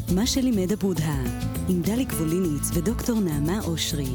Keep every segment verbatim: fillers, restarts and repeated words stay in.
מה שלימד הבודה, עם דלי קבוליניץ ודוקטור נעמה אושרי.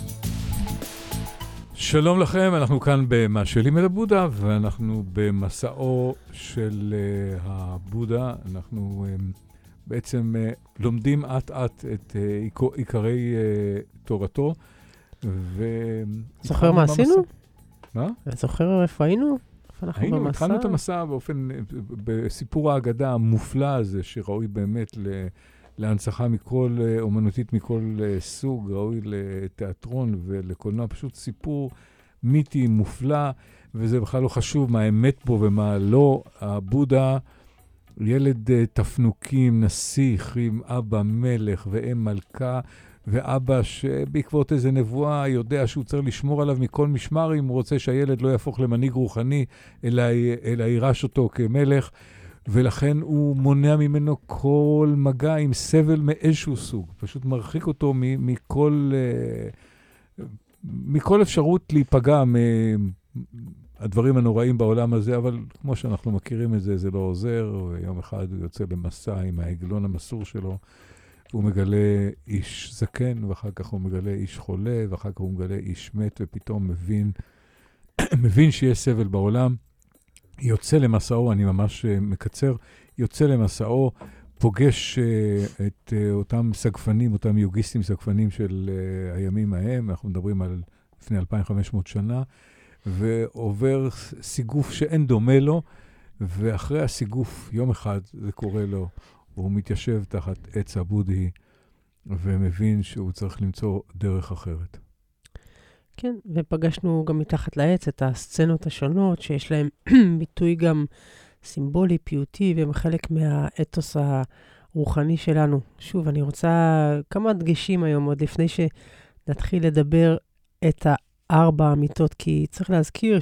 שלום לכם, אנחנו כאן במה שלימד הבודה, ואנחנו במסעו של uh, הבודה. אנחנו um, בעצם uh, לומדים עט עט את uh, עיקרי uh, תורתו. ו... זוכר מה עשינו? מה? זוכר איפה היינו? היינו, התחלנו את המסע באופן, בסיפור האגדה המופלא הזה, שראוי באמת ל... להנצחה מכל אומנותית, מכל סוג, ראוי לתיאטרון ולקולנוע, פשוט סיפור מיתי מופלא, וזה בכלל לא חשוב מה האמת בו ומה לא. הבודה, ילד תפנוקים, נסיך, עם אבא מלך ואם מלכה, ואבא שבעקבות איזה נבואה יודע שהוא צריך לשמור עליו מכל משמר, אם הוא רוצה שהילד לא יהפוך למנהיג רוחני, אלא, אלא יירש אותו כמלך, ולכן הוא מונע ממנו כל מגע עם סבל מאיזשהו סוג. פשוט מרחיק אותו מ- מכל, uh, מכל אפשרות להיפגע מהדברים הנוראים בעולם הזה, אבל כמו שאנחנו מכירים את זה, זה לא עוזר. ויום אחד הוא יוצא למסע עם העגלון המסור שלו, הוא מגלה איש זקן, ואחר כך הוא מגלה איש חולה, ואחר כך הוא מגלה איש מת, ופתאום מבין, מבין שיש סבל בעולם. יוצא למסעו, אני ממש מקצר, יוצא למסעו, פוגש uh, את uh, אותם סגפנים, אותם יוגיסטים סגפנים של uh, הימים ההם, אנחנו מדברים על לפני אלפיים וחמש מאות שנה, ועובר סיגוף שאין דומה לו, ואחרי הסיגוף, יום אחד זה קורה לו, והוא מתיישב תחת עץ הבודי, ומבין שהוא צריך למצוא דרך אחרת. כן, ופגשנו גם מתחת לעץ את הסצנות השונות, שיש להם ביטוי גם סימבולי, פיוטי, והם חלק מהאתוס הרוחני שלנו. שוב, אני רוצה כמה דגשים היום, עוד לפני שנתחיל לדבר את הארבע אמיתות, כי צריך להזכיר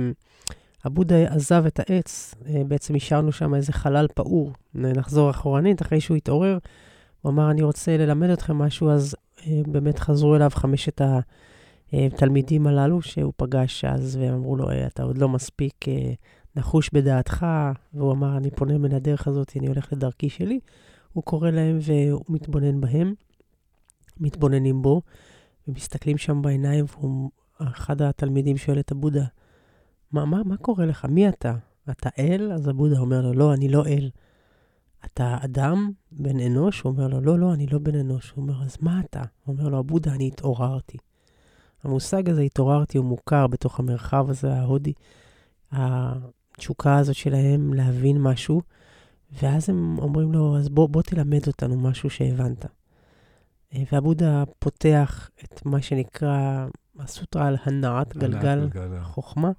שהבודה עזב את העץ, בעצם השארנו שם איזה חלל פעור, נחזור אחורנית, אחרי שהוא התעורר, הוא אמר, אני רוצה ללמד אתכם משהו, אז באמת חזרו אליו חמשת ה... תלמידים הללו שהוא פגש אז, והם אמרו לו, אתה עוד לא מספיק נחוש בדעתך, והוא אמר, אני פונה מן הדרך הזאת, אני הולך לדרכי שלי. הוא קורא להם והוא מתבונן בהם, מתבוננים בו, ומסתכלים שם בעיניים, ואחד התלמידים שואל את הבודה, מה, מה, מה קורה לך? מי אתה? אתה אל? אז הבודה אומר לו, לא, אני לא אל. אתה אדם, בן אנוש? הוא אומר לו, לא, לא, אני לא בן אנוש. הוא אומר, אז מה אתה? הוא אומר לו, הבודה, אני התעוררתי. המושג הזה, התעוררתי, הוא מוכר בתוך המרחב הזה, ההודי, התשוקה הזאת שלהם להבין משהו, ואז הם אומרים לו, אז בוא, בוא תלמד אותנו משהו שהבנת. והבודה פותח את מה שנקרא הסוטרה על הנעת גלגל החוכמה.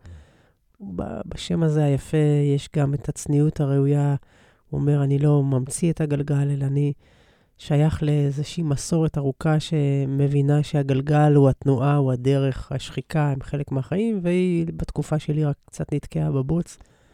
בשם הזה היפה יש גם את הצניעות הראויה, הוא אומר, אני לא ממציא את הגלגל, אלא אני שייך לאיזושהי מסורת ארוכה שמבינה שהגלגל הוא התנועה, הוא הדרך, השחיקה, הם חלק מהחיים, והיא בתקופה שלי רק קצת נתקעה בבוץ,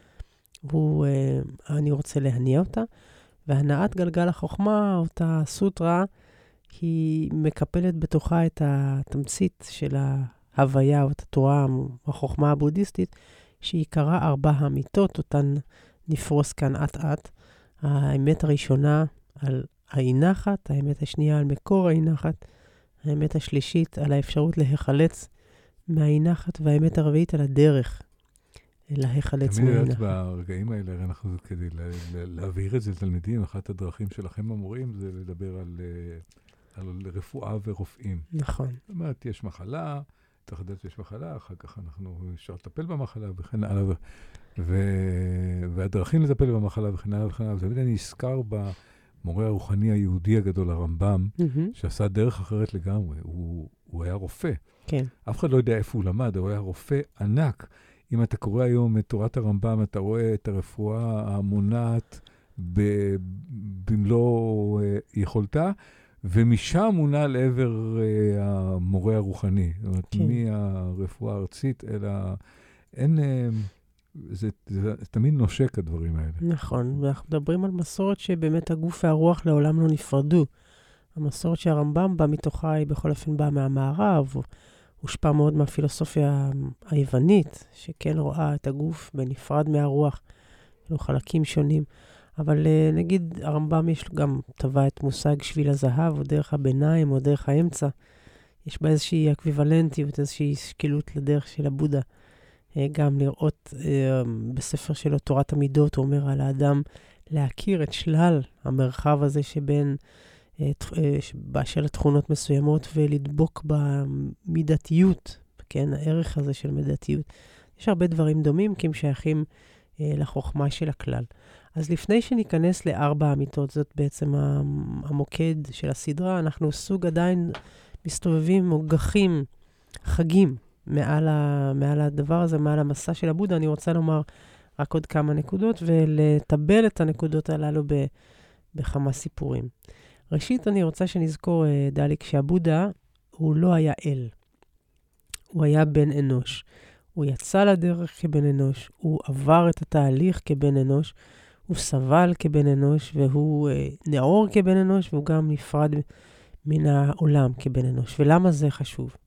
ואני רוצה להניע אותה. והנעת גלגל החוכמה, אותה סוטרה, היא מקפלת בתוכה את התמצית של ההוויה, או את התורה, החוכמה הבודהיסטית, שהיא קראה ארבע אמיתות, אותן נפרוס כאן עט-עט. האמת הראשונה על האינחת, האמת השנייה על מקור האינחת, האמת השלישית על האפשרות להיחלץ מהאינחת, והאמת הרביעית על הדרך להיחלץ מהאינחת. תמיד ברגעים האלה, אנחנו כדי להעביר את זה לתלמידים, אחת הדרכים שלכם המורים זה לדבר על, על רפואה ורופאים. נכון. זאת אומרת, יש מחלה, צריך לדעת שיש מחלה, אחר כך אנחנו אפשר לטפל במחלה וכן הלאה, ו... והדרכים לטפל במחלה וכן הלאה וכן הלאה, זה באמת אני נזכר ב... מורה הרוחני היהודי הגדול, הרמב"ם, mm-hmm. שעשה דרך אחרת לגמרי. הוא, הוא היה רופא. כן. אף אחד לא יודע איפה הוא למד, הוא היה רופא ענק. אם אתה קורא היום את תורת הרמב"ם, אתה רואה את הרפואה המונעת ב- במלוא uh, יכולתה, ומשם מונה לעבר uh, המורה הרוחני. זאת אומרת, כן. מהרפואה הארצית, אלא אין... Uh, זה, זה, זה תמיד נושק הדברים האלה. נכון, ואנחנו מדברים על מסורת שבאמת הגוף והרוח לעולם לא נפרדו. המסורת שהרמב"ם בא מתוכה היא בכל אופן באה מהמערב, הוא הושפע מאוד מהפילוסופיה היוונית, שכן רואה את הגוף בנפרד מהרוח, אלו חלקים שונים. אבל נגיד, הרמב"ם יש לו גם טבע את מושג שביל הזהב, או דרך הביניים, או דרך האמצע. יש בה איזושהי אקוויוולנטיות, איזושהי שקילות לדרך של הבודה. גם לראות בספר שלו, תורת המידות, הוא אומר על האדם להכיר את שלל המרחב הזה שבין, של התכונות מסוימות, ולדבוק במידתיות, כן, הערך הזה של מידתיות. יש הרבה דברים דומים, כי הם שייכים לחוכמה של הכלל. אז לפני שניכנס לארבע אמיתות, זאת בעצם המוקד של הסדרה, אנחנו סוג עדיין מסתובבים מוגחים, חגים, מעל, ה, מעל הדבר הזה, מעל המסע של הבודה. אני רוצה לומר רק עוד כמה נקודות, ולטבל את הנקודות הללו ב, בכמה סיפורים. ראשית, אני רוצה שנזכור, דליק, שהבודה הוא לא היה אל. הוא היה בן אנוש. הוא יצא לדרך כבן אנוש, הוא עבר את התהליך כבן אנוש, הוא סבל כבן אנוש, והוא אה, נאור כבן אנוש, והוא גם נפרד מן העולם כבן אנוש. ולמה זה חשוב?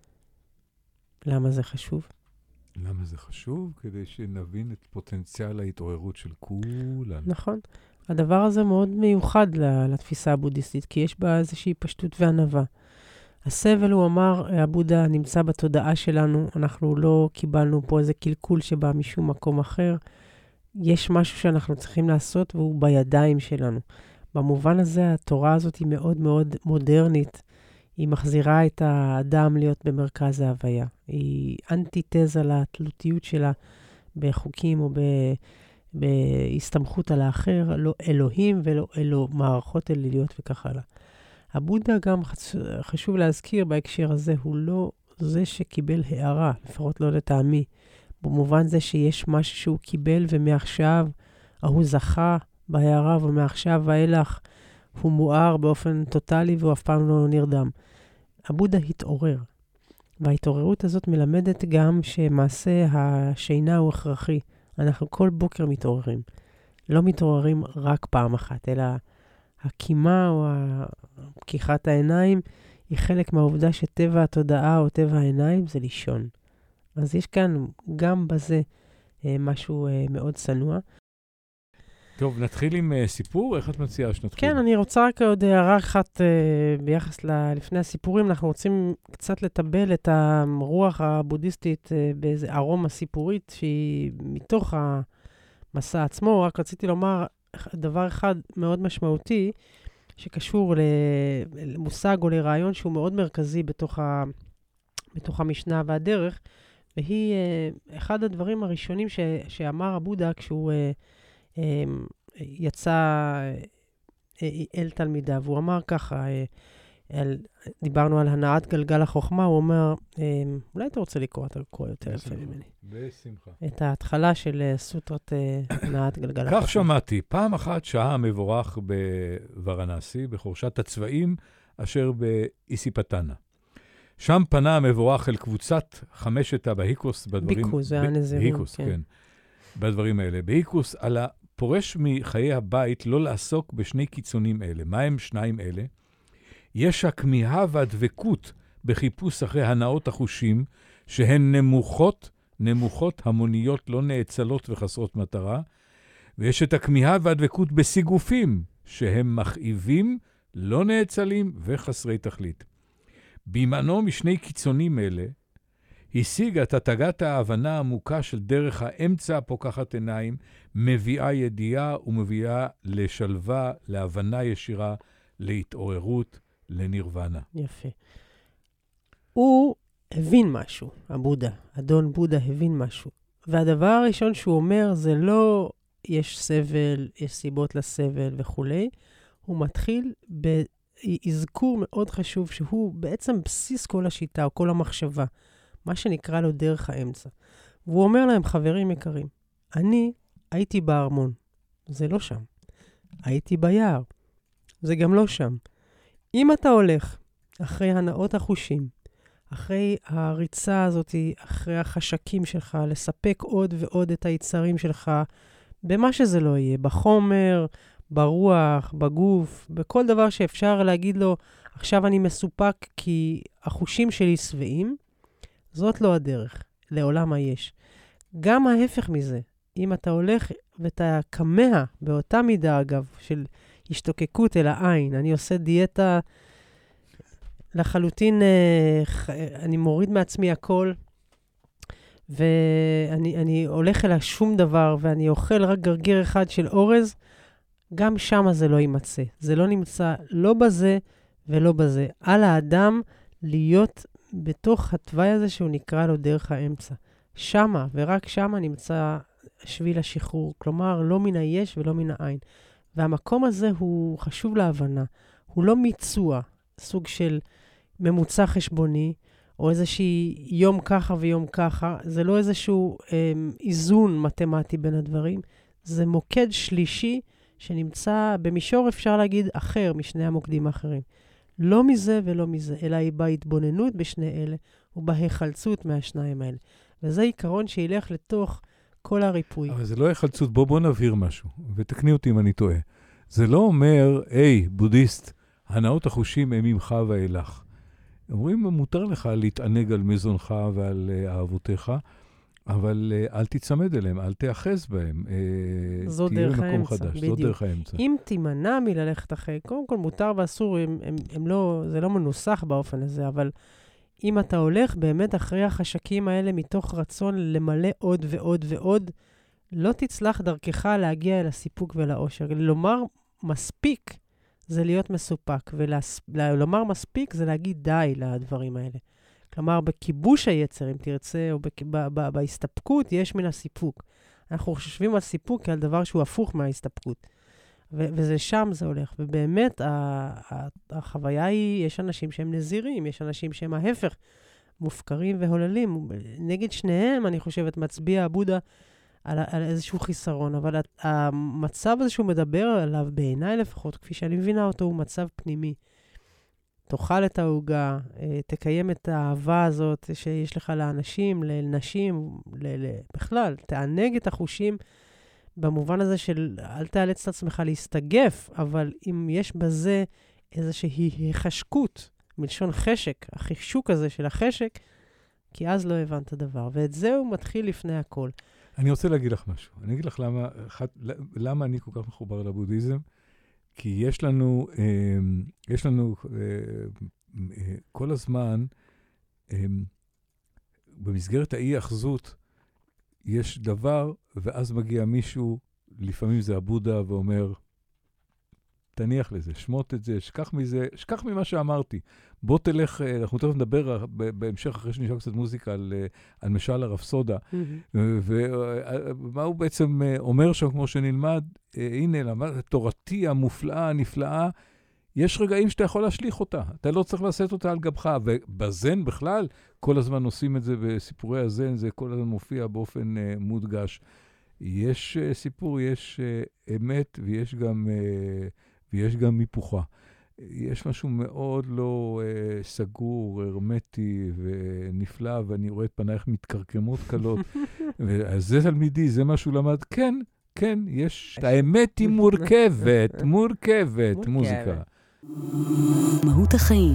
למה זה חשוב? למה זה חשוב? כדי שנבין את פוטנציאל ההתעוררות של כולנו. נכון. הדבר הזה מאוד מיוחד לתפיסה הבודיסטית, כי יש בה איזושהי פשטות וענווה. הסבל, הוא אמר, הבודה נמצא בתודעה שלנו, אנחנו לא קיבלנו פה איזה קלקול שבא משום מקום אחר. יש משהו שאנחנו צריכים לעשות, והוא בידיים שלנו. במובן הזה, התורה הזאת היא מאוד מאוד מודרנית. היא מחזירה את האדם להיות במרכז ההוויה. היא אנטיתזה לתלותיות שלה בחוקים או בהסתמכות על האחר, לא אלוהים ולא אלו מערכות אליליות וכך הלאה. הבודה גם חשוב להזכיר בהקשר הזה, הוא לא זה שקיבל הערה, לפחות לא לטעמי. במובן זה שיש משהו שהוא קיבל ומעכשיו הוא זכה בהערה, ומעכשיו ואילך הוא מואר באופן טוטלי והוא אף פעם לא נרדם. הבודה התעורר, וההתעוררות הזאת מלמדת גם שמעשה השינה הוא הכרחי. אנחנו כל בוקר מתעוררים. לא מתעוררים רק פעם אחת, אלא הקימה או פקיחת העיניים היא חלק מהעובדה שטבע התודעה או טבע העיניים זה לישון. אז יש כאן גם בזה אה, משהו אה, מאוד צנוע. טוב, נתחיל עם uh, סיפור? איך את מציעה שנתחיל? כן, אני רוצה רק עוד הערה אחת uh, ביחס ל- לפני הסיפורים. אנחנו רוצים קצת לטבל את הרוח הבודיסטית uh, באיזה ארומה סיפורית שהיא מתוך המסע עצמו. רק רציתי לומר דבר אחד מאוד משמעותי שקשור למושג או לרעיון שהוא מאוד מרכזי בתוך, ה- בתוך המשנה והדרך, והיא uh, אחד הדברים הראשונים ש- שאמר הבודה כשהוא uh, um, יצא uh, אל תלמידיו. הוא אמר ככה, uh, אל, דיברנו על הנעת גלגל החוכמה, הוא אומר, um, אולי אתה רוצה לקרוא, אתה קורא יותר יפה ממני. בשמחה. את ההתחלה של uh, סוטרת uh, הנעת גלגל החוכמה. כך שמעתי, פעם אחת שעה המבורך בוורנסי, בחורשת הצבעים, אשר באיסיפטנה. שם פנה המבורך אל קבוצת חמשת הבהיקוס בדברים... ביקוס, זה היה נזירות, בהיקוס, כן. כן. בדברים האלה. בהיקוס על הפורש מחיי הבית לא לעסוק בשני קיצונים אלה. מה הם שניים אלה? יש הכמיהה והדבקות בחיפוש אחרי הנאות החושים, שהן נמוכות, נמוכות המוניות לא נאצלות וחסרות מטרה, ויש את הכמיהה והדבקות בסיגופים, שהם מכאיבים, לא נאצלים וחסרי תכלית. בימנו משני קיצונים אלה, השיגה את התגת ההבנה העמוקה של דרך האמצע הפוקחת עיניים, מביאה ידיעה ומביאה לשלווה, להבנה ישירה, להתעוררות, לנירוונה. יפה. הוא הבין משהו, הבודה, אדון בודה הבין משהו. והדבר הראשון שהוא אומר זה לא יש סבל, יש סיבות לסבל וכו'. הוא מתחיל באזכור מאוד חשוב שהוא בעצם בסיס כל השיטה או כל המחשבה. מה שנקרא לו דרך האמצע. והוא אומר להם, חברים יקרים, אני הייתי בארמון, זה לא שם. הייתי ביער, זה גם לא שם. אם אתה הולך אחרי הנאות החושים, אחרי הריצה הזאת, אחרי החשקים שלך, לספק עוד ועוד את היצרים שלך, במה שזה לא יהיה, בחומר, ברוח, בגוף, בכל דבר שאפשר להגיד לו, עכשיו אני מסופק כי החושים שלי שבעים, זאת לא הדרך, לעולם היש. גם ההפך מזה, אם אתה הולך ואתה קמה באותה מידה, אגב, של השתוקקות אל העין, אני עושה דיאטה לחלוטין, אני מוריד מעצמי הכל, ואני אני הולך אל שום דבר, ואני אוכל רק גרגיר אחד של אורז, גם שם זה לא יימצא. זה לא נמצא לא בזה ולא בזה. על האדם להיות בתוך התוואי הזה שהוא נקרא לו דרך האמצע. שמה, ורק שמה נמצא שביל השחרור. כלומר, לא מן היש ולא מן העין. והמקום הזה הוא חשוב להבנה. הוא לא מיצוע, סוג של ממוצע חשבוני, או איזושהי יום ככה ויום ככה. זה לא איזשהו אה, איזון מתמטי בין הדברים. זה מוקד שלישי שנמצא במישור, אפשר להגיד, אחר משני המוקדים האחרים. לא מזה ולא מזה, אלא היא בהתבוננות בשני אלה, ובהיחלצות מהשניים האלה. וזה עיקרון שילך לתוך כל הריפוי. אבל זה לא היחלצות, בוא בוא נבהיר משהו, ותקני אותי אם אני טועה. זה לא אומר, היי, בודהיסט, הנאות החושים הם ממך ואילך. אומרים, מותר לך להתענג על מזונך ועל uh, אהבותיך, אבל uh, אל תצמד אליהם, אל תאחז בהם. Uh, זו דרך האמצע, חדש, בדיוק. זו דרך האמצע. אם תימנע מללכת אחרי, קודם כל מותר ואסור, הם, הם, הם לא, זה לא מנוסח באופן הזה, אבל אם אתה הולך באמת אחרי החשקים האלה מתוך רצון למלא עוד ועוד ועוד, לא תצלח דרכך להגיע אל הסיפוק ולאושר. לומר מספיק זה להיות מסופק, ולומר מספיק זה להגיד די לדברים האלה. כלומר, בכיבוש היצר, אם תרצה, או בהסתפקות, יש מן הסיפוק. אנחנו חושבים על סיפוק כעל דבר שהוא הפוך מההסתפקות. ו- וזה שם זה הולך. ובאמת, ה- ה- החוויה היא, יש אנשים שהם נזירים, יש אנשים שהם ההפך, מופקרים והוללים. נגד שניהם, אני חושבת, מצביע הבודה על, על איזשהו חיסרון. אבל המצב הזה שהוא מדבר עליו, בעיניי לפחות, כפי שאני מבינה אותו, הוא מצב פנימי. תאכל את ההוגה, תקיים את האהבה הזאת שיש לך לאנשים, לנשים, ל- ל- בכלל, תענג את החושים במובן הזה של אל תאלץ את עצמך להסתגף, אבל אם יש בזה איזושהי חשקות, מלשון חשק, החישוק הזה של החשק, כי אז לא הבנת דבר. ואת זה הוא מתחיל לפני הכל. אני רוצה להגיד לך משהו. אני אגיד לך למה, למה אני כל כך מחובר לבודהיזם, כי יש לנו, יש לנו כל הזמן, במסגרת האי-אחזות, יש דבר, ואז מגיע מישהו, לפעמים זה הבודה, ואומר, תניח לזה, שמות את זה, שכח מזה, שכח ממה שאמרתי. בוא תלך, אנחנו תכף נדבר בהמשך, אחרי שנשאר קצת מוזיקה, על, על משל הרפסודה, mm-hmm. ומה הוא בעצם אומר שם, כמו שנלמד, הנה, למד, תורתי המופלאה, הנפלאה, יש רגעים שאתה יכול להשליך אותה, אתה לא צריך לשאת אותה על גבך, ובזן בכלל, כל הזמן עושים את זה בסיפורי הזן, זה כל הזמן מופיע באופן uh, מודגש. יש uh, סיפור, יש uh, אמת, ויש גם, uh, ויש גם מיפוכה. יש משהו מאוד לא uh, סגור, הרמטי ונפלא, ואני רואה את פנייך מתקרקמות קלות. אז זה תלמידי, זה משהו למד, כן, כן, יש, האמת היא מורכבת, מורכבת, מוזיקה. מהות החיים.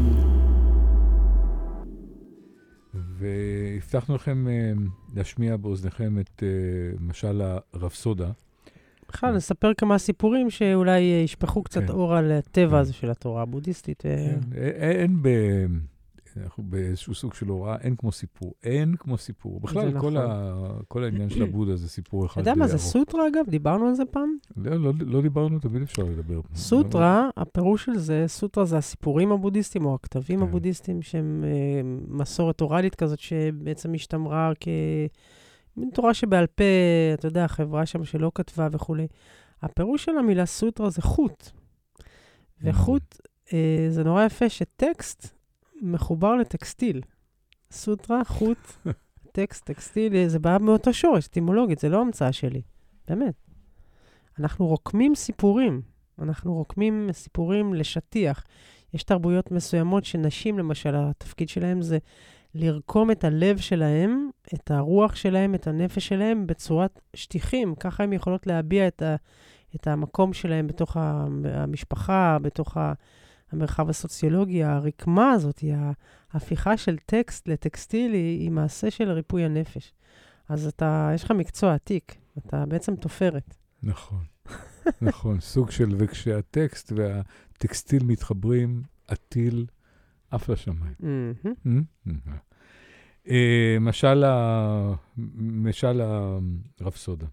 והבטחנו לכם להשמיע באוזניכם את משל הרפסודה. בכלל, נספר כמה סיפורים שאולי ישפכו קצת אור על הטבע הזה של התורה הבודהיסטית. אין ב... אנחנו באיזשהו סוג של הוראה, אין כמו סיפור. אין כמו סיפור. בכלל, כל, ה... כל העניין של הבודה זה סיפור אחד. אתה יודע מה זה סוטרה, אגב? דיברנו על זה פעם? לא, לא, לא דיברנו, תמיד אפשר לדבר. סוטרה, הפירוש של זה, סוטרה זה הסיפורים הבודהיסטים, או הכתבים כן. הבודהיסטים, שהם אה, מסורת אורלית כזאת, שבעצם השתמרה כמין תורה שבעל פה, אתה יודע, החברה שם שלא כתבה וכו'. הפירוש של המילה סוטרה זה חוט. וחוט, אה, זה נורא יפה שטקסט, מחובר לטקסטיל. סוטרה, חוט, טקסט, טקסטיל, זה בא מאותו שורש, אטימולוגית, זה לא המצאה שלי. באמת. אנחנו רוקמים סיפורים. אנחנו רוקמים סיפורים לשטיח. יש תרבויות מסוימות שנשים, למשל, התפקיד שלהם זה לרקום את הלב שלהם, את הרוח שלהם, את הנפש שלהם, בצורת שטיחים. ככה הן יכולות להביע את, ה, את המקום שלהם בתוך המשפחה, בתוך ה... המרחב הסוציולוגי, הרקמה הזאת, ההפיכה של טקסט לטקסטיל, היא, היא מעשה של ריפוי הנפש. אז אתה, יש לך מקצוע עתיק, אתה בעצם תופרת. נכון, נכון. סוג של, וכשהטקסט והטקסטיל מתחברים, עטיל אף לשמיים. משל הרפסודה.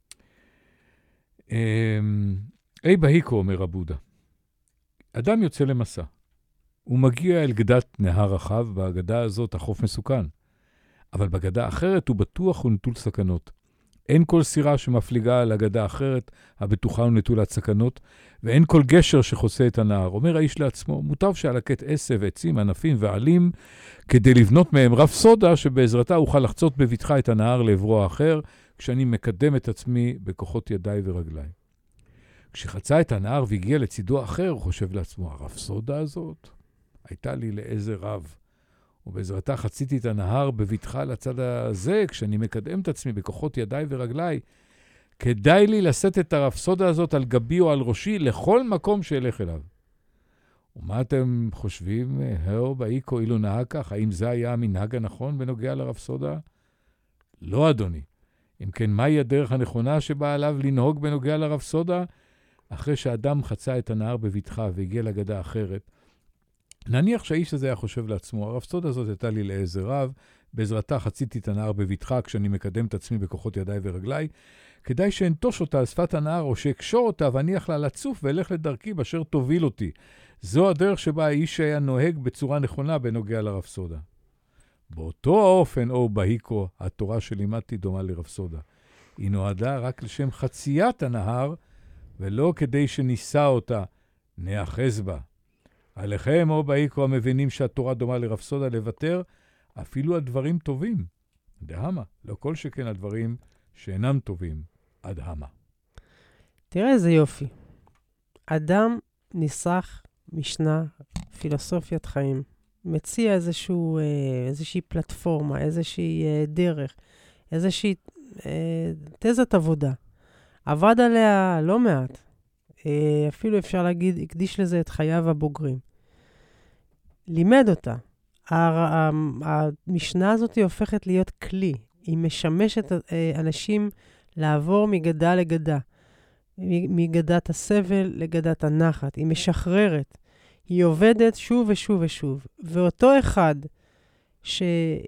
אי בהיקו, אומר הבודה. אדם יוצא למסע. הוא מגיע אל גדת נהר רחב, בהגדה הזאת החוף מסוכן. אבל בגדה אחרת הוא בטוח ונטול סכנות. אין כל סירה שמפליגה על הגדה אחרת, הבטוחה ונטולת סכנות, ואין כל גשר שחוסה את הנהר. אומר האיש לעצמו, מוטב שעלקט עשב, עצים, ענפים ועלים, כדי לבנות מהם רפסודה, שבעזרתה אוכל לחצות בבטחה את הנהר לעברו האחר, כשאני מקדם את עצמי בכוחות ידיי ורגליי. כשחצה את הנהר והגיע לצידו האחר, הוא חושב לעצמו, הרפסודה הזאת הייתה לי לעזר רב. ובעזרתה חציתי את הנהר בבטחה לצד הזה, כשאני מקדם את עצמי בכוחות ידיי ורגליי. כדאי לי לשאת את הרפסודה הזאת על גבי או על ראשי לכל מקום שאלך אליו. ומה אתם חושבים, הו באיקו אילו נהג כך? האם זה היה המנהג הנכון בנוגע לרפסודה? לא, אדוני. אם כן, מהי הדרך הנכונה שבאה עליו לנהוג בנוגע לרפסודה? אחרי שאדם חצה את הנהר בבטחה והגיע לגדה אחרת, נניח שהאיש הזה היה חושב לעצמו, הרפסודה הזאת הייתה לי לעזר רב, בעזרתה חציתי את הנהר בבטחה כשאני מקדם את עצמי בכוחות ידיי ורגליי, כדאי שאנטוש אותה על שפת הנהר או שאקשור אותה ואניח לה לצוף ואלך לדרכי באשר תוביל אותי. זו הדרך שבה האיש היה נוהג בצורה נכונה בנוגע לרפסודה. באותו האופן, או בהיקו, התורה שלימדתי דומה לרפסודה. היא נועדה רק לשם חציית הנהר, ולא כדי שניסה אותה, נאחז בה. עליכם, או בהיקו, המבינים שהתורה דומה לרפסודה לוותר, אפילו הדברים טובים. דהמה, לא כל שכן הדברים שאינם טובים, עד המה. תראה איזה יופי. אדם ניסח משנה, פילוסופיית חיים, מציע איזשהו, איזושהי פלטפורמה, איזושהי דרך, איזושהי תזת עבודה. עבד עליה לא מעט. אפילו אפשר להגיד, הקדיש לזה את חייו הבוגרים. לימד אותה. המשנה הזאת היא הופכת להיות כלי. היא משמשת אנשים לעבור מגדה לגדה. מגדת הסבל לגדת הנחת. היא משחררת. היא עובדת שוב ושוב ושוב. ואותו אחד שהגה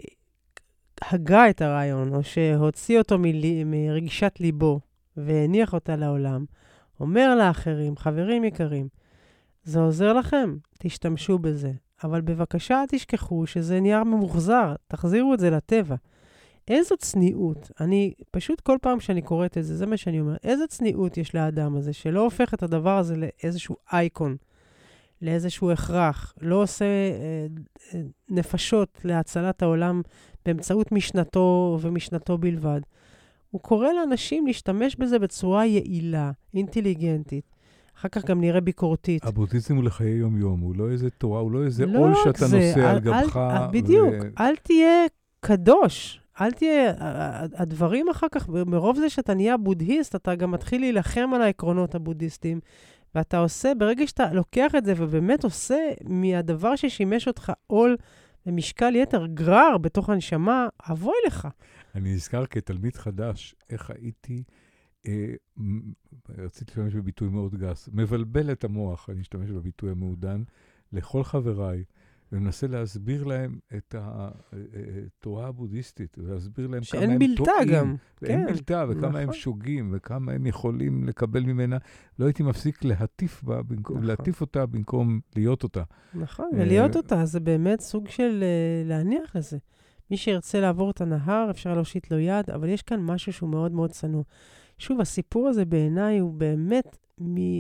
את הרעיון, או שהוציא אותו מרגישת ליבו, והניח אותה לעולם, אומר לאחרים, חברים יקרים, זה עוזר לכם, תשתמשו בזה. אבל בבקשה תשכחו שזה נייר ממוחזר, תחזירו את זה לטבע. איזו צניעות, אני פשוט כל פעם שאני קוראת את זה, זה מה שאני אומר, איזו צניעות יש לאדם הזה, שלא הופך את הדבר הזה לאיזשהו אייקון, לאיזשהו הכרח, לא עושה אה, אה, נפשות להצלת העולם באמצעות משנתו ומשנתו בלבד. הוא קורא לאנשים להשתמש בזה בצורה יעילה, אינטליגנטית. אחר כך גם נראה ביקורתית. הבודהיזם הוא לחיי יום-יום, הוא לא איזה תורה, הוא לא איזה עול שאתה נושא על גבך. בדיוק, אל תהיה קדוש. אל תהיה, הדברים אחר כך, מרוב זה שאתה נהיה בודהיסט, אתה גם מתחיל להילחם על העקרונות הבודהיסטיים, ואתה עושה, ברגע שאתה לוקח את זה ובאמת עושה מהדבר ששימש אותך עול ומשקל יתר גרר בתוך הנשמה, אבוי לך. אני נזכר כתלמיד חדש, איך הייתי, אה, רציתי להשתמש בביטוי מאוד גס, מבלבל את המוח, אני אשתמש בביטוי המעודן, לכל חבריי, ומנסה להסביר להם את התורה הבודהיסטית, ולהסביר להם כמה הם בלתה טועים, גם. ואין כן, בלתה, וכמה נכון. הם שוגים, וכמה הם יכולים לקבל ממנה. לא הייתי מפסיק להטיף בה, במקום, נכון. להטיף אותה במקום להיות אותה. נכון, ולהיות אותה, זה באמת סוג של uh, להניח לזה. מי שירצה לעבור את הנהר, אפשר להושיט לו יד, אבל יש כאן משהו שהוא מאוד מאוד צנוע. שוב, הסיפור הזה בעיניי הוא באמת מ...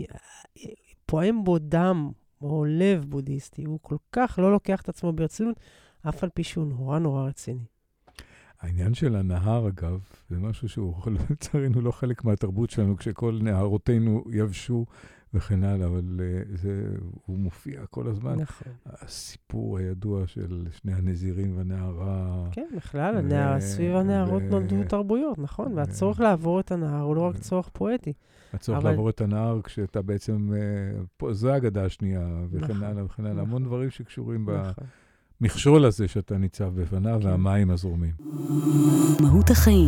פועם בו דם, או לב בודהיסטי. הוא כל כך לא לוקח את עצמו ברצינות, אף על פי שהוא נורא נורא רציני. העניין של הנהר, אגב, זה משהו שהוא, לצערנו, לא חלק מהתרבות שלנו, כשכל נהרותינו יבשו וכן הלאה, אבל uh, זה, הוא מופיע כל הזמן. נכון. הסיפור הידוע של שני הנזירים והנערה. כן, בכלל, הנער, סביב הנערות ו- נולדו תרבויות, נכון? ו- והצורך לעבור את הנהר הוא לא רק צורך פואטי. הצורך אבל- לעבור את הנהר כשאתה בעצם, uh, פה, זו האגדה השנייה, וכן נכון, הלאה וכן הלאה. נכון. המון דברים שקשורים ב- נכון. המכשול הזה שאתה ניצב בפניו, כן. והמים הזורמים. מהות החיים.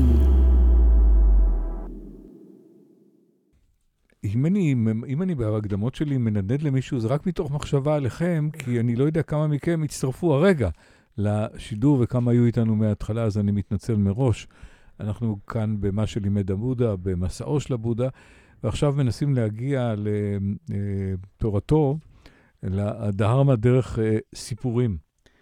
אם אני, אם אני בהקדמות שלי מנדנד למישהו, זה רק מתוך מחשבה עליכם, כי אני לא יודע כמה מכם הצטרפו הרגע לשידור וכמה היו איתנו מההתחלה, אז אני מתנצל מראש. אנחנו כאן במה שלימד הבודה, במסעו של הבודה, ועכשיו מנסים להגיע לתורתו, לדהרמה דרך סיפורים.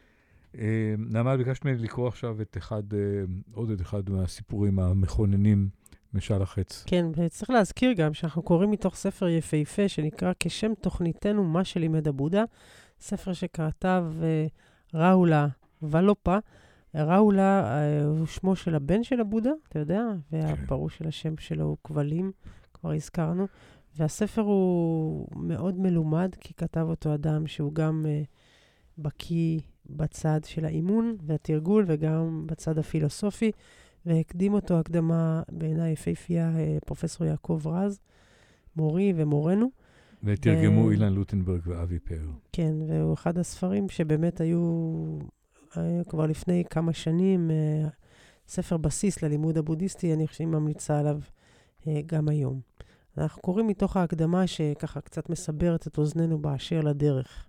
נעמה, ביקשת ממני לקרוא עכשיו את אחד, עוד את אחד מהסיפורים המכוננים, משל החץ. כן, וצריך להזכיר גם שאנחנו קוראים מתוך ספר יפהפה שנקרא כשם תוכניתנו מה שלימד הבודה, ספר שכתב ראולה ולופה. ראולה הוא שמו של הבן של הבודה, אתה יודע, והפירוש של השם שלו הוא כבלים, כבר הזכרנו. והספר הוא מאוד מלומד, כי כתב אותו אדם שהוא גם בקיא בצד של האימון והתרגול, וגם בצד הפילוסופי, והקדים אותו הקדמה בעיניי יפהפייה פרופסור יעקב רז, מורי ומורנו. ותרגמו אילן לוטנברג ואבי פאר. כן, והוא אחד הספרים שבאמת היו כבר לפני כמה שנים, ספר בסיס ללימוד הבודיסטי, אני חושב ממליצה עליו גם היום. אנחנו קוראים מתוך ההקדמה שככה קצת מסברת את אוזננו באשר לדרך.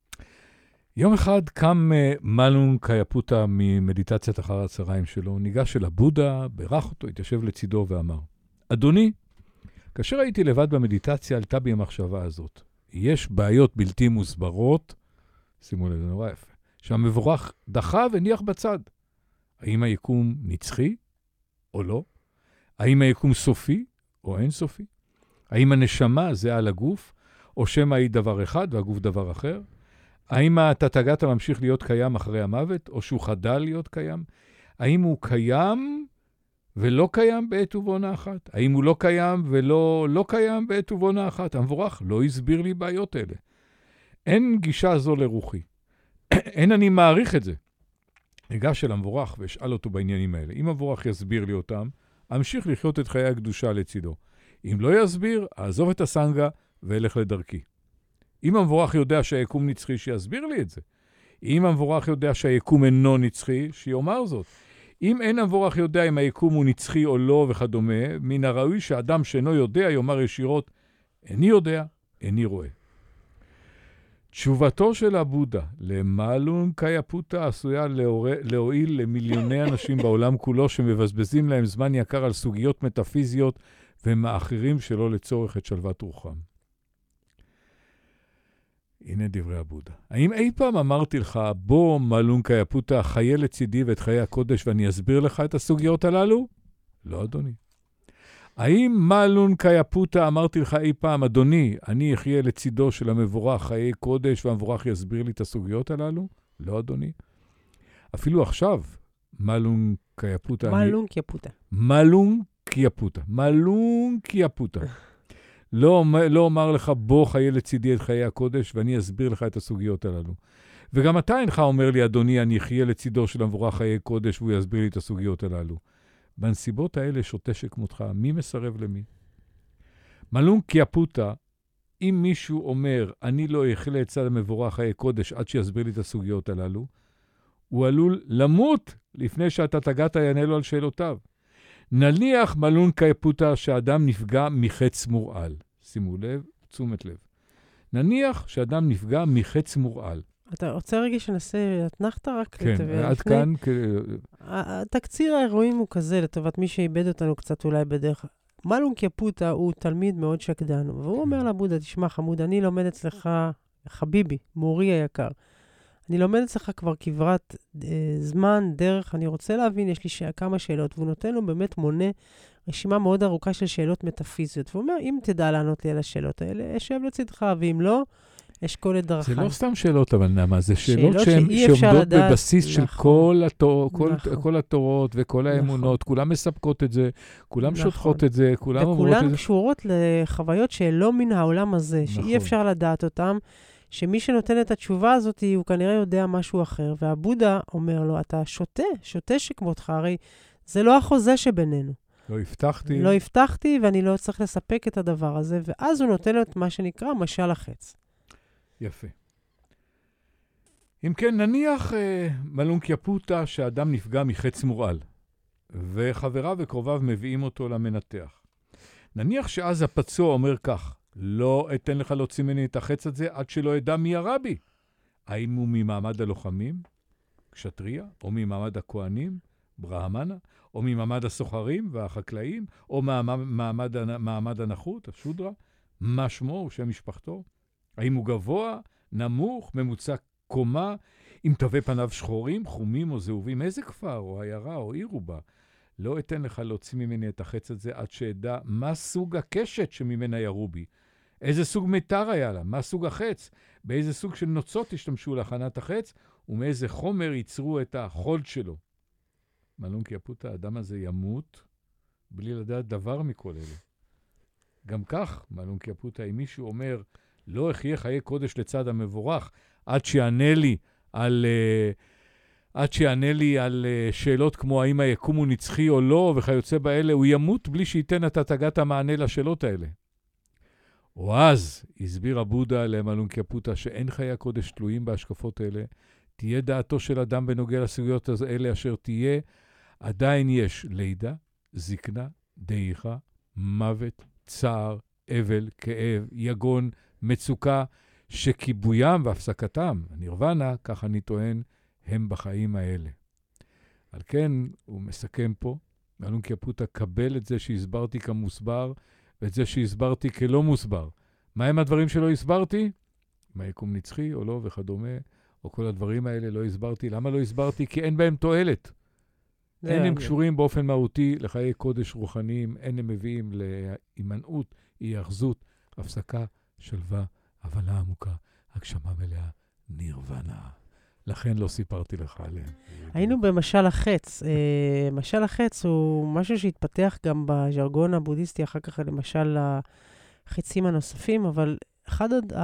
יום אחד קם מלון קייפוטה ממדיטציית אחר הצהריים שלו, ניגש אל הבודה, בירך אותו, התיישב לצידו ואמר, אדוני, כאשר הייתי לבד במדיטציה, עלתה בי המחשבה הזאת. יש בעיות בלתי מוסברות, שימו לב, זה נורא יפה, שהמבורך דחה וניח בצד. האם היקום נצחי או לא? האם היקום סופי או אין סופי? האם הנשמה זה על הגוף, או שמא היא דבר אחד והגוף דבר אחר? האם התת-אגת ממשיך להיות קיים אחרי המוות, או שהוא חדל להיות קיים? האם הוא קיים ולא קיים בעת ובעונה אחת? האם הוא לא קיים ולא לא קיים בעת ובעונה אחת? המבורך לא הסביר לי בעיות אלה. אין גישה זו לרוחי. אין אני מעריך את זה. ניגש אל המבורך ואשאל אותו בעניינים האלה. אם המבורך יסביר לי אותם, אמשיך לחיות את חיי הקדושה לצידו. אם לא יסביר, אעזוב את הסנגה ואלך לדרכי. אם המבורך יודע שהיקום נצחי, שיסביר לי את זה. אם המבורך יודע שהיקום אינו נצחי, שיאמר זאת. אם אין המבורך יודע אם היקום הוא נצחי או לא וכדומה, מן הראוי שאדם שאינו יודע יאמר ישירות, איני יודע, איני רואה. תשובתו של הבודה למלון קייפוטה עשויה להועיל למיליוני אנשים בעולם כולו שמבזבזים להם זמן יקר על סוגיות מטאפיזיות ומאחרים שלא לצורך את שלוות רוחם. הנה דברי הבודה. האם אי פעם אמרתי לך, בוא מלון קייפוטה, חיה לצידי ואת חיי הקודש ואני אסביר לך את הסוגיות הללו? לא, אדוני. האם מלון קייפוטה אמרתי לך אי פעם, אדוני, אני אחיה לצידו של המבורך חיי קודש והמבורך יסביר לי את הסוגיות הללו? לא, אדוני. אפילו עכשיו, מלון קייפוטה. מלון קייפוטה. מלון קייפוטה. מלון קייפוטה. לא, לא אומר לך, בוא חיה לצידי את חיי הקודש, ואני אסביר לך את הסוגיות הללו. וגם אתה אינך אומר לי, אדוני, אני אחיה לצידו של המבורך חיי קודש, והוא יסביר לי את הסוגיות הללו. בנסיבות האלה שוטה שכמותך, מי מסרב למי? מלון קייפוטה, אם מישהו אומר, אני לא אחלה את צד המבורך חיי קודש, עד שיסביר לי את הסוגיות הללו, הוא עלול למות לפני שאתה תגעת יענה לו על שאלותיו. נניח מלון קייפוטה שאדם נפגע מחץ מורעל. שימו לב, תשומת לב. נניח שאדם נפגע מחץ מורעל. אתה רוצה רגע שנעשה אתנחתא רק? כן, עד כאן. התקציר האירועים הוא כזה, לטובת מי שאיבד אותנו קצת אולי בדרך. מלון קייפוטה הוא תלמיד מאוד שקדן, והוא אומר לבודה, תשמע חמוד, אני לומד אצלך, חביבי, מורי היקר. אני לומד אצלך כבר כברת אה, זמן, דרך, אני רוצה להבין, יש לי ש... כמה שאלות, והוא נותן לו באמת מונה רשימה מאוד ארוכה של שאלות מטאפיזיות, והוא אומר, אם תדע לענות לי על השאלות האלה, אשב לצדך, ואם לא, אשכול את דרכי. זה לא סתם שאלות, אבל נעמה, זה שאלות, שאלות שעומדות בבסיס נכון, של כל, התור, כל, נכון. כל התורות וכל האמונות, נכון. כולם מספקות את זה, כולם נכון. שותחות את זה, כולם אומרות את זה. וכולם קשורות לחוויות שלא מן העולם הזה, נכון. שאי אפשר לדעת אותם, שמי שנותן את התשובה הזאת, הוא כנראה יודע משהו אחר, והבודה אומר לו, אתה שותה, שותה שכמותך, הרי זה לא החוזה שבינינו. לא הבטחתי. לא הבטחתי, ואני לא צריך לספק את הדבר הזה, ואז הוא נותן לו את מה שנקרא משל החץ. יפה. אם כן, נניח אה, מלונקיה-פוטה שאדם נפגע מחץ מורעל, וחבריו וקרוביו מביאים אותו למנתח. נניח שאז הפצוע אומר כך, לא אתן לך להוציא ממני את החץ הזה עד שלא ידע מי הרבי. האם הוא ממעמד הלוחמים, קשטריה, או ממעמד הכהנים, ברהמנה, או ממעמד הסוחרים והחקלאים, או ממעמד מעמד הנחות, השודרה, מה שמו ושם משפחתו? האם הוא גבוה, נמוך, ממוצע קומה, עם תווי פניו שחורים, חומים או זהובים? איזה כפר או עיירה או עיר הוא בה? לא אתן לך להוציא ממני את החץ הזה עד שידע מה סוג הקשת שממנה ירו בי. איזה סוג מיתר היה לה? מה סוג החץ? באיזה סוג של נוצות השתמשו להכנת החץ? ומאיזה חומר ייצרו את החולד שלו? מלונקיה-פוטה, האדם הזה ימות בלי לדעת דבר מכל אלה. גם כך, מלונקיה-פוטה, אם מישהו אומר, לא אחיה חיי קודש לצד המבורך, עד שיענה לי על, uh, עד שיענה לי על uh, שאלות כמו האם היקום הוא נצחי או לא, וכיוצא באלה, הוא ימות בלי שייתן את התגת המענה לשאלות האלה. או אז, הסביר הבודה למלונקיה-פוטה, שאין חיי הקודש תלויים בהשקפות האלה, תהיה דעתו של אדם בנוגע לסוגיות האלה אשר תהיה, עדיין יש לידה, זקנה, דעיכה, מוות, צער, אבל, כאב, יגון, מצוקה, שכיבוים והפסקתם, נירוונה, כך אני טוען, הם בחיים האלה. על כן, הוא מסכם פה, מלונקיה-פוטה, קבל את זה שהסברתי כמוסבר, ואת זה שהסברתי כלא מוסבר. מה הם הדברים שלא הסברתי? מה יקום נצחי או לא וכדומה, או כל הדברים האלה לא הסברתי. למה לא הסברתי? כי אין בהם תועלת. אין הם קשורים באופן מהותי לחיי קודש רוחניים, אין הם מביאים להימנעות, היאחזות, הפסקה, שלווה, הבנה עמוקה, הגשמה מלאה, נירוונה. לכן לא סיפרתי לך עליהם. היינו במשל החץ. משל החץ הוא משהו שהתפתח גם בז'רגון הבודהיסטי, אחר כך למשל החצים הנוספים, אבל אחד עוד,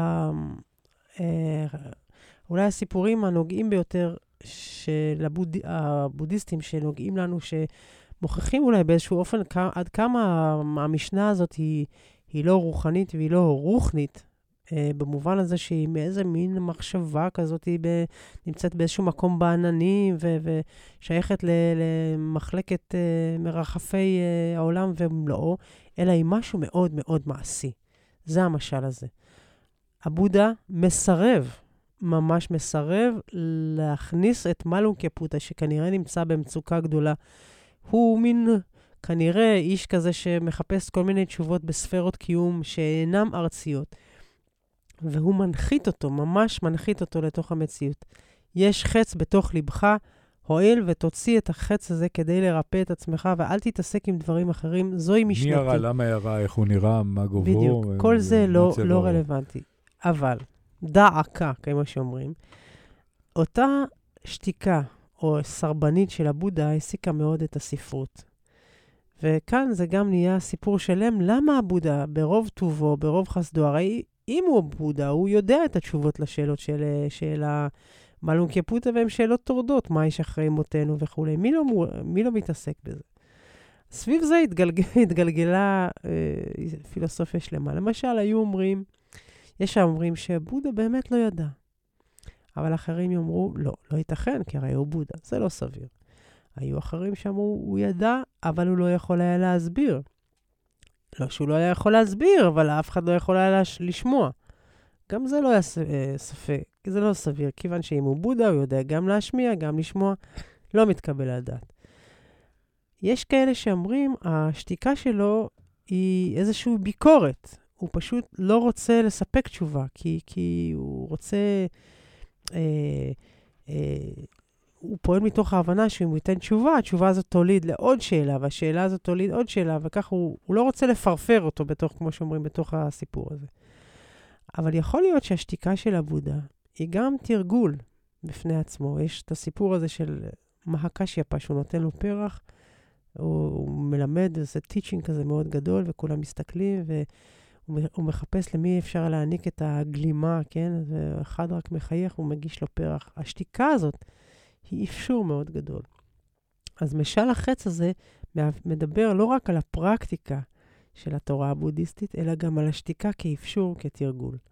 אולי הסיפורים הנוגעים ביותר של הבודהיסטים שנוגעים לנו, שמוכיחים אולי באיזשהו אופן עד כמה המשנה הזאת היא, היא לא רוחנית והיא לא רוחנית, במובן הזה שהיא מאיזה מין מחשבה כזאת, היא ב, נמצאת באיזשהו מקום בעננים ו, ושייכת ל, למחלקת uh, מרחפי uh, העולם ומלואו, אלא היא משהו מאוד מאוד מעשי. זה המשל הזה. הבודה מסרב, ממש מסרב, להכניס את מלונקיה-פוטה, שכנראה נמצא במצוקה גדולה. הוא מין כנראה איש כזה שמחפש כל מיני תשובות בספרות קיום שאינם ארציות. והוא מנחית אותו, ממש מנחית אותו לתוך המציאות. יש חץ בתוך לבך, הועיל ותוציא את החץ הזה כדי לרפא את עצמך, ואל תתעסק עם דברים אחרים, זוהי משנתי. מי הרע, למה הרע, איך הוא נראה, מה גובהו? בדיוק, כל זה לא, לא רלוונטי. אבל, דעקה, כמו שאומרים, אותה שתיקה או סרבנית של הבודה העסיקה מאוד את הספרות. וכאן זה גם נהיה סיפור שלם, למה הבודה ברוב טובו, ברוב חסדו, הרי אם הוא בודה, הוא יודע את התשובות לשאלות של, של המלונקיה-פוטה, והן שאלות טורדות, מה יש אחרי מותנו וכו'. מי לא, מי לא מתעסק בזה? סביב זה התגלגל, התגלגלה אה, פילוסופיה שלמה. למשל, היו אומרים, יש שאומרים שבודה באמת לא ידע. אבל אחרים יאמרו, לא, לא ייתכן, כי הרי הוא בודה. זה לא סביר. היו אחרים שאמרו, הוא ידע, אבל הוא לא יכול היה להסביר. לא שהוא לא היה יכול להסביר, אבל אף אחד לא יכול היה לשמוע. גם זה לא היה ספק, זה לא סביר, כיוון שאם הוא בודה, הוא יודע גם להשמיע, גם לשמוע, לא מתקבל על דעת. יש כאלה שאומרים, השתיקה שלו היא איזושהי ביקורת. הוא פשוט לא רוצה לספק תשובה, כי, כי הוא רוצה... אה, אה, הוא פועל מתוך ההבנה שאם הוא ייתן תשובה, התשובה הזאת תוליד לעוד שאלה, והשאלה הזאת תוליד עוד שאלה, וכך הוא, הוא לא רוצה לפרפר אותו בתוך, כמו שאומרים, בתוך הסיפור הזה. אבל יכול להיות שהשתיקה של הבודה היא גם תרגול בפני עצמו. יש את הסיפור הזה של מהקשיאפה, שהוא נותן לו פרח, הוא, הוא מלמד איזה טיצ'ינג כזה מאוד גדול, וכולם מסתכלים, והוא מחפש למי אפשר להעניק את הגלימה, כן? ואחד רק מחייך, הוא מגיש לו פרח. השתיקה הזאת, היא אפשור מאוד גדול. אז משל החץ הזה מדבר לא רק על הפרקטיקה של התורה הבודהיסטית, אלא גם על השתיקה כאפשור, כתרגול.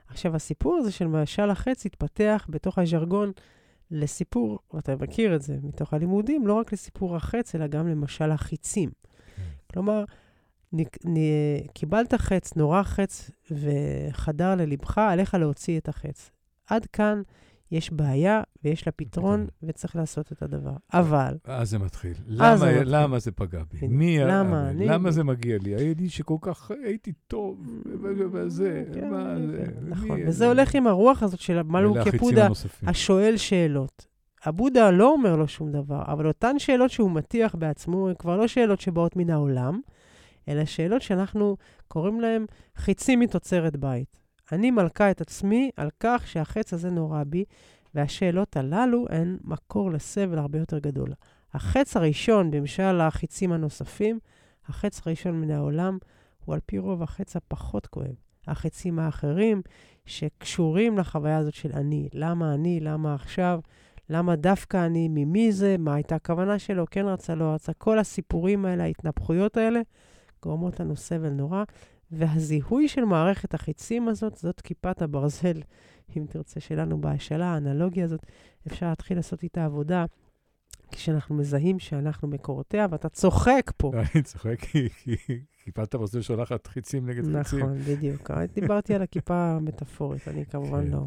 עכשיו, הסיפור הזה של משל החץ התפתח בתוך הז'רגון לסיפור, ואתה מכיר את זה מתוך הלימודים, לא רק לסיפור החץ, אלא גם למשל החיצים. כלומר, נ, נ, קיבלת חץ, נורא חץ, וחדר ללבך, עליך להוציא את החץ. עד כאן יש בעיה, ויש לה פתרון, וצריך לעשות את הדבר. אבל... אז זה מתחיל. למה, למה זה פגע בי? מי... למה? אני... למה זה מגיע לי? הייתי שכל כך הייתי טוב, וזה, מה זה? נכון, וזה הולך עם הרוח הזאת של מלו כבודה, השואל שאלות. הבודה לא אומר לו שום דבר, אבל אותן שאלות שהוא מטיח בעצמו, הן כבר לא שאלות שבאות מן העולם, אלא שאלות שאנחנו קוראים להן חיצים מתוצרת בית. אני מלכה את עצמי על כך שהחץ הזה נורא בי, והשאלות הללו הן מקור לסבל הרבה יותר גדול. החץ הראשון, במשל החיצים הנוספים, החץ הראשון מן העולם, הוא על פי רוב החץ הפחות כואב. החצים האחרים שקשורים לחוויה הזאת של אני. למה אני? למה עכשיו? למה דווקא אני? ממי זה? מה הייתה הכוונה שלו? כן רצה, לא רצה. כל הסיפורים האלה, ההתנפחויות האלה, גורמות לנו סבל נורא. והזיהוי של מערכת החיצים הזאת, זאת כיפת הברזל, אם תרצה, שלנו בהשאלה, האנלוגיה הזאת, אפשר להתחיל לעשות איתה עבודה, כשאנחנו מזהים שאנחנו מקורותיה, ואתה צוחק פה. אני צוחק כי כיפת הברזל שולחת חיצים נגד חיצים. נכון, בדיוק. דיברתי על הכיפה המטאפורית, אני כמובן לא.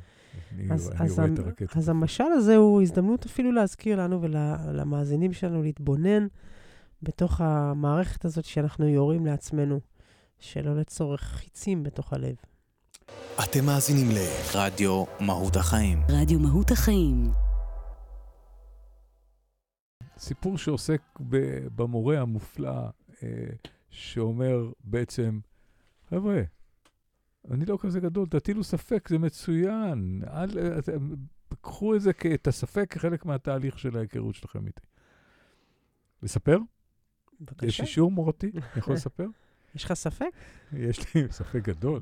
אז המשל הזה הוא הזדמנות אפילו להזכיר לנו ולמאזינים שלנו להתבונן בתוך המערכת הזאת שאנחנו יורים לעצמנו. שלא לצורך חיצים בתוך הלב. אתם מאזינים לרדיו מהות החיים. רדיו מהות החיים. סיפור שעוסק במורה המופלא, שאומר בעצם, חבר'ה, אני לא כזה גדול, תטילו ספק, זה מצוין. אל, קחו את זה, את הספק כחלק מהתהליך של ההיכרות שלכם איתי. לספר? בבקשה. יש אישור מורתי? יכול לספר? יש לך ספק? יש לי ספק גדול.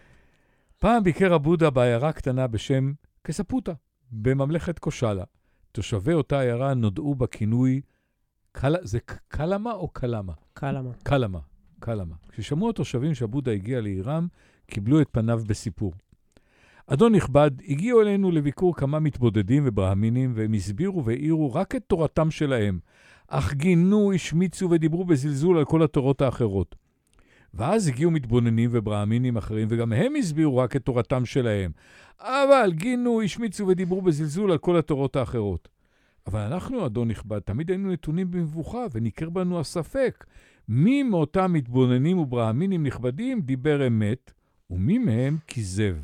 פעם ביקר הבודה בעיירה קטנה בשם כספוטה, בממלכת קושלה. תושבי אותה עיירה נודעו בכינוי, קל... זה קלמה או קלמה? קלמה. קלמה, קלמה. כששמעו התושבים שהבודה הגיע לעירם, קיבלו את פניו בסיפור. אדון נכבד, הגיעו אלינו לביקור כמה מתבודדים וברהמינים, והם הסבירו והעירו רק את תורתם שלהם, אך גינו, השמיצו ודיברו בזלזול על כל התורות האחרות. ואז הגיעו מתבוננים וברהמינים אחרים, וגם הם הסבירו רק את תורתם שלהם. אבל גינו, השמיצו ודיברו בזלזול על כל התורות האחרות. אבל אנחנו, אדון נכבד, תמיד היינו נתונים במבוכה, וניקר בנו הספק. מי מאותם מתבוננים וברהמינים נכבדים דיבר אמת, ומי מהם כיזב.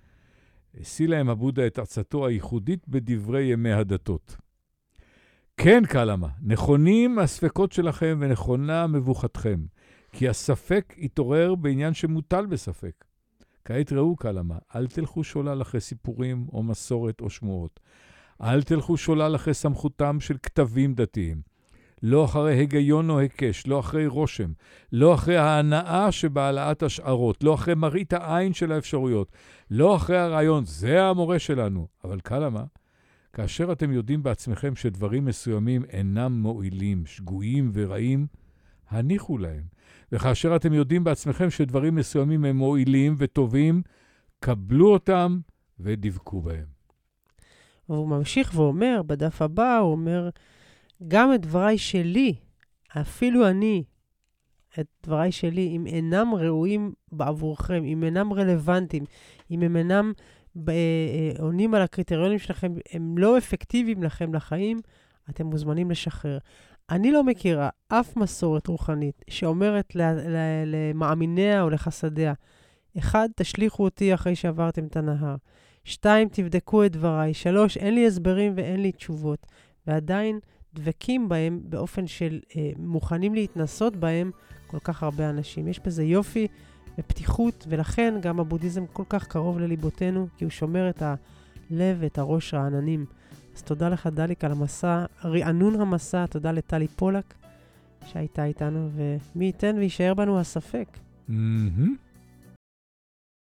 השיא להם הבודה את עצתו הייחודית בדברי ימי הדתות. כן, קלמה, נכונים הספקות שלכם ונכונה מבוכתכם. כי הספק יתעורר בעניין שמוטל בספק. כעת ראו קלמה, אל תלכו שולל אחרי סיפורים או מסורת או שמועות. אל תלכו שולל אחרי סמכותם של כתבים דתיים. לא אחרי היגיון או הקש, לא אחרי רושם, לא אחרי ההנאה שבהעלאת השערות, לא אחרי מראית העין של האפשרויות, לא אחרי הרעיון, זה המורה שלנו. אבל קלמה, כאשר אתם יודעים בעצמכם שדברים מסוימים אינם מועילים, שגויים ורעים, הניחו להם. וכאשר אתם יודעים בעצמכם שדברים מסוימים הם מועילים וטובים, קבלו אותם ודבקו בהם. והוא ממשיך ואומר, בדף הבא, הוא אומר, גם את דבריי שלי, אפילו אני, את דבריי שלי, אם אינם ראויים בעבורכם, אם אינם רלוונטיים, אם הם אינם עונים על הקריטריונים שלכם, הם לא אפקטיביים לכם לחיים, אתם מוזמנים לשחרר. אני לא מכירה אף מסורת רוחנית שאומרת למאמיניה או לחסדיה, אחד, תשליחו אותי אחרי שעברתם את הנהר. שתיים, תבדקו את דבריי. שלוש, אין לי הסברים ואין לי תשובות. ועדיין דבקים בהם באופן של אה, מוכנים להתנסות בהם כל כך הרבה אנשים. יש בזה יופי ופתיחות, ולכן גם הבודהיזם כל כך קרוב לליבותינו, כי הוא שומר את הלב ואת הראש רעננים. אז תודה לך דליק על המסע, רענון המסע, תודה לטלי פולק שהייתה איתנו, ומי ייתן וישאר בנו הספק. Mm-hmm.